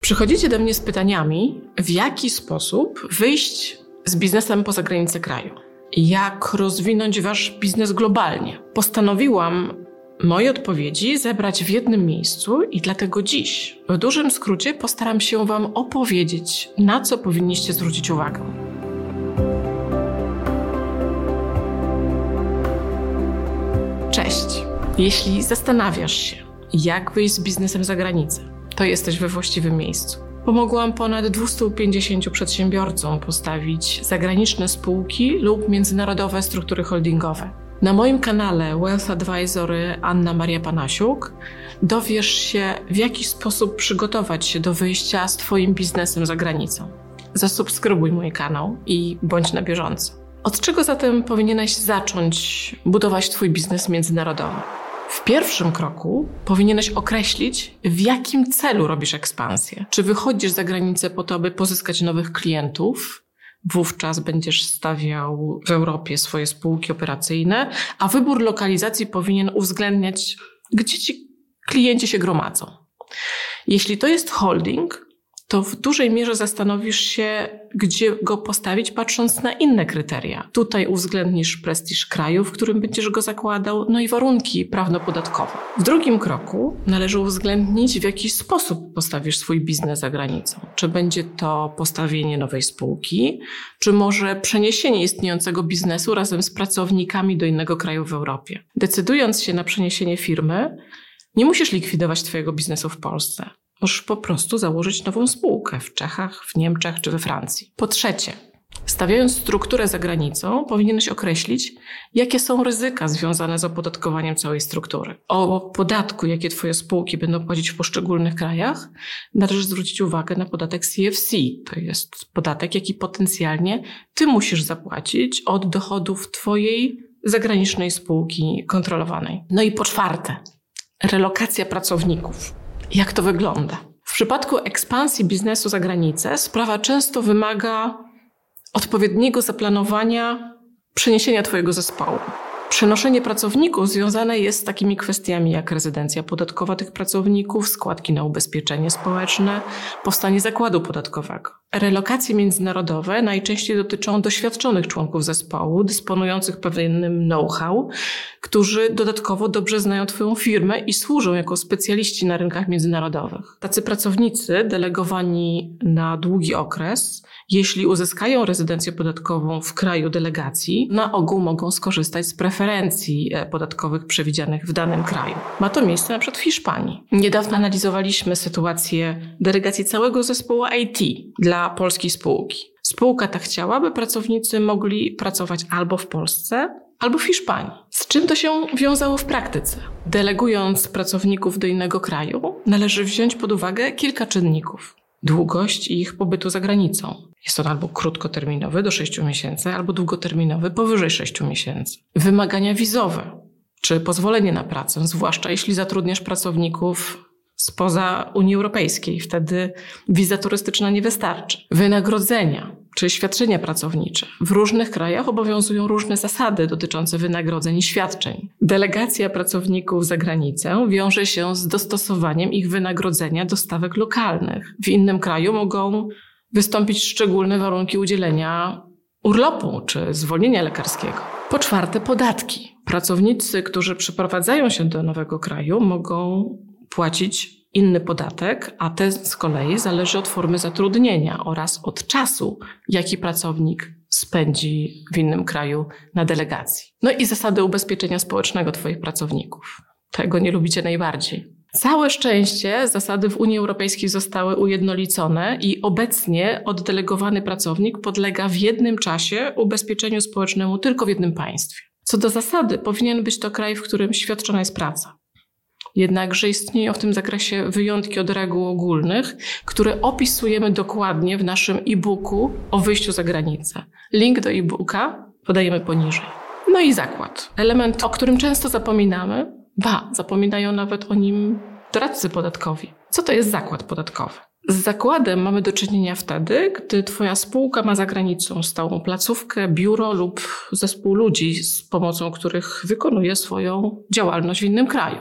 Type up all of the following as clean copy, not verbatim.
Przychodzicie do mnie z pytaniami, w jaki sposób wyjść z biznesem poza granicę kraju. Jak rozwinąć wasz biznes globalnie. Postanowiłam moje odpowiedzi zebrać w jednym miejscu i dlatego dziś, w dużym skrócie, postaram się wam opowiedzieć, na co powinniście zwrócić uwagę. Cześć! Jeśli zastanawiasz się, jak wyjść z biznesem za granicę, to jesteś we właściwym miejscu. Pomogłam ponad 250 przedsiębiorcom postawić zagraniczne spółki lub międzynarodowe struktury holdingowe. Na moim kanale Wealth Advisor Anna Maria Panasiuk dowiesz się, w jaki sposób przygotować się do wyjścia z twoim biznesem za granicą. Zasubskrybuj mój kanał i bądź na bieżąco. Od czego zatem powinieneś zacząć budować twój biznes międzynarodowy? W pierwszym kroku powinieneś określić, w jakim celu robisz ekspansję. Czy wychodzisz za granicę po to, by pozyskać nowych klientów? Wówczas będziesz stawiał w Europie swoje spółki operacyjne, a wybór lokalizacji powinien uwzględniać, gdzie ci klienci się gromadzą. Jeśli to jest holding, to w dużej mierze zastanowisz się, gdzie go postawić, patrząc na inne kryteria. Tutaj uwzględnisz prestiż kraju, w którym będziesz go zakładał, no i warunki prawno-podatkowe. W drugim kroku należy uwzględnić, w jaki sposób postawisz swój biznes za granicą. Czy będzie to postawienie nowej spółki, czy może przeniesienie istniejącego biznesu razem z pracownikami do innego kraju w Europie. Decydując się na przeniesienie firmy, nie musisz likwidować twojego biznesu w Polsce. Możesz po prostu założyć nową spółkę w Czechach, w Niemczech czy we Francji. Po trzecie, stawiając strukturę za granicą, powinieneś określić, jakie są ryzyka związane z opodatkowaniem całej struktury. O podatku, jakie twoje spółki będą płacić w poszczególnych krajach, należy zwrócić uwagę na podatek CFC. To jest podatek, jaki potencjalnie ty musisz zapłacić od dochodów twojej zagranicznej spółki kontrolowanej. No i po czwarte, relokacja pracowników. Jak to wygląda? W przypadku ekspansji biznesu za granicę sprawa często wymaga odpowiedniego zaplanowania przeniesienia twojego zespołu. Przenoszenie pracowników związane jest z takimi kwestiami jak rezydencja podatkowa tych pracowników, składki na ubezpieczenie społeczne, powstanie zakładu podatkowego. Relokacje międzynarodowe najczęściej dotyczą doświadczonych członków zespołu, dysponujących pewnym know-how, którzy dodatkowo dobrze znają twoją firmę i służą jako specjaliści na rynkach międzynarodowych. Tacy pracownicy delegowani na długi okres, jeśli uzyskają rezydencję podatkową w kraju delegacji, na ogół mogą skorzystać z preferencji podatkowych przewidzianych w danym kraju. Ma to miejsce na przykład w Hiszpanii. Niedawno analizowaliśmy sytuację delegacji całego zespołu IT dla polskiej spółki. Spółka ta chciała, by pracownicy mogli pracować albo w Polsce, albo w Hiszpanii. Z czym to się wiązało w praktyce? Delegując pracowników do innego kraju, należy wziąć pod uwagę kilka czynników. Długość ich pobytu za granicą. Jest on albo krótkoterminowy do 6 miesięcy, albo długoterminowy powyżej 6 miesięcy. Wymagania wizowe, czy pozwolenie na pracę, zwłaszcza jeśli zatrudniasz pracowników spoza Unii Europejskiej. Wtedy wiza turystyczna nie wystarczy. Wynagrodzenia, czy świadczenia pracownicze. W różnych krajach obowiązują różne zasady dotyczące wynagrodzeń i świadczeń. Delegacja pracowników za granicę wiąże się z dostosowaniem ich wynagrodzenia do stawek lokalnych. W innym kraju mogą wystąpić szczególne warunki udzielenia urlopu czy zwolnienia lekarskiego. Po czwarte, podatki. Pracownicy, którzy przeprowadzają się do nowego kraju, mogą płacić inny podatek, a ten z kolei zależy od formy zatrudnienia oraz od czasu, jaki pracownik spędzi w innym kraju na delegacji. No i zasady ubezpieczenia społecznego twoich pracowników. Tego nie lubicie najbardziej. Całe szczęście zasady w Unii Europejskiej zostały ujednolicone i obecnie oddelegowany pracownik podlega w jednym czasie ubezpieczeniu społecznemu tylko w jednym państwie. Co do zasady, powinien być to kraj, w którym świadczona jest praca. Jednakże istnieją w tym zakresie wyjątki od reguł ogólnych, które opisujemy dokładnie w naszym e-booku o wyjściu za granicę. Link do e-booka podajemy poniżej. No i zakład. Element, o którym często zapominamy, zapominają nawet o nim doradcy podatkowi. Co to jest zakład podatkowy? Z zakładem mamy do czynienia wtedy, gdy twoja spółka ma za granicą stałą placówkę, biuro lub zespół ludzi, z pomocą których wykonuje swoją działalność w innym kraju.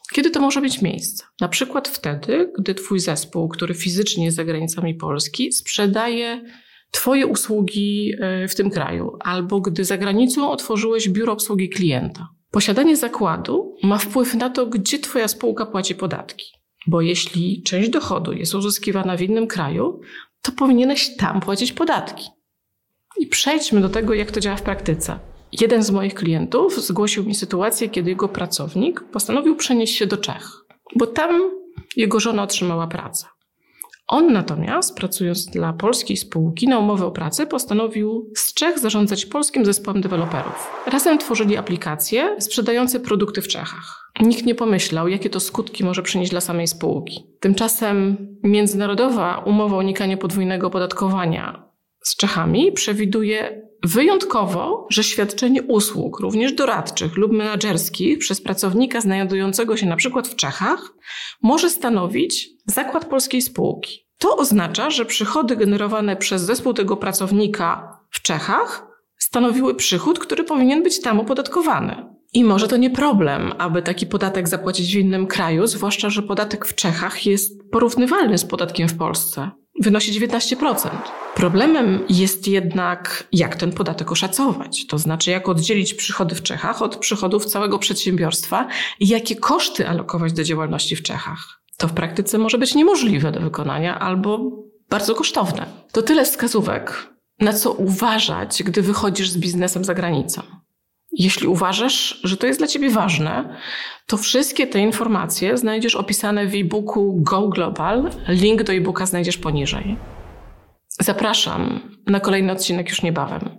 Kiedy to może mieć miejsce? Na przykład wtedy, gdy twój zespół, który fizycznie jest za granicami Polski, sprzedaje twoje usługi w tym kraju, albo gdy za granicą otworzyłeś biuro obsługi klienta. Posiadanie zakładu ma wpływ na to, gdzie twoja spółka płaci podatki. Bo jeśli część dochodu jest uzyskiwana w innym kraju, to powinieneś tam płacić podatki. I przejdźmy do tego, jak to działa w praktyce. Jeden z moich klientów zgłosił mi sytuację, kiedy jego pracownik postanowił przenieść się do Czech, bo tam jego żona otrzymała pracę. On natomiast, pracując dla polskiej spółki na umowę o pracę, postanowił z Czech zarządzać polskim zespołem deweloperów. Razem tworzyli aplikacje sprzedające produkty w Czechach. Nikt nie pomyślał, jakie to skutki może przynieść dla samej spółki. Tymczasem międzynarodowa umowa o unikaniu podwójnego opodatkowania z Czechami przewiduje wyjątkowo, że świadczenie usług, również doradczych lub menadżerskich przez pracownika znajdującego się na przykład w Czechach, może stanowić zakład polskiej spółki. To oznacza, że przychody generowane przez zespół tego pracownika w Czechach stanowiły przychód, który powinien być tam opodatkowany. I może to nie problem, aby taki podatek zapłacić w innym kraju, zwłaszcza, że podatek w Czechach jest porównywalny z podatkiem w Polsce. Wynosi 19%. Problemem jest jednak, jak ten podatek oszacować. To znaczy, jak oddzielić przychody w Czechach od przychodów całego przedsiębiorstwa i jakie koszty alokować do działalności w Czechach. To w praktyce może być niemożliwe do wykonania albo bardzo kosztowne. To tyle wskazówek, na co uważać, gdy wychodzisz z biznesem za granicą. Jeśli uważasz, że to jest dla ciebie ważne, to wszystkie te informacje znajdziesz opisane w e-booku Go Global. Link do e-booka znajdziesz poniżej. Zapraszam na kolejny odcinek już niebawem.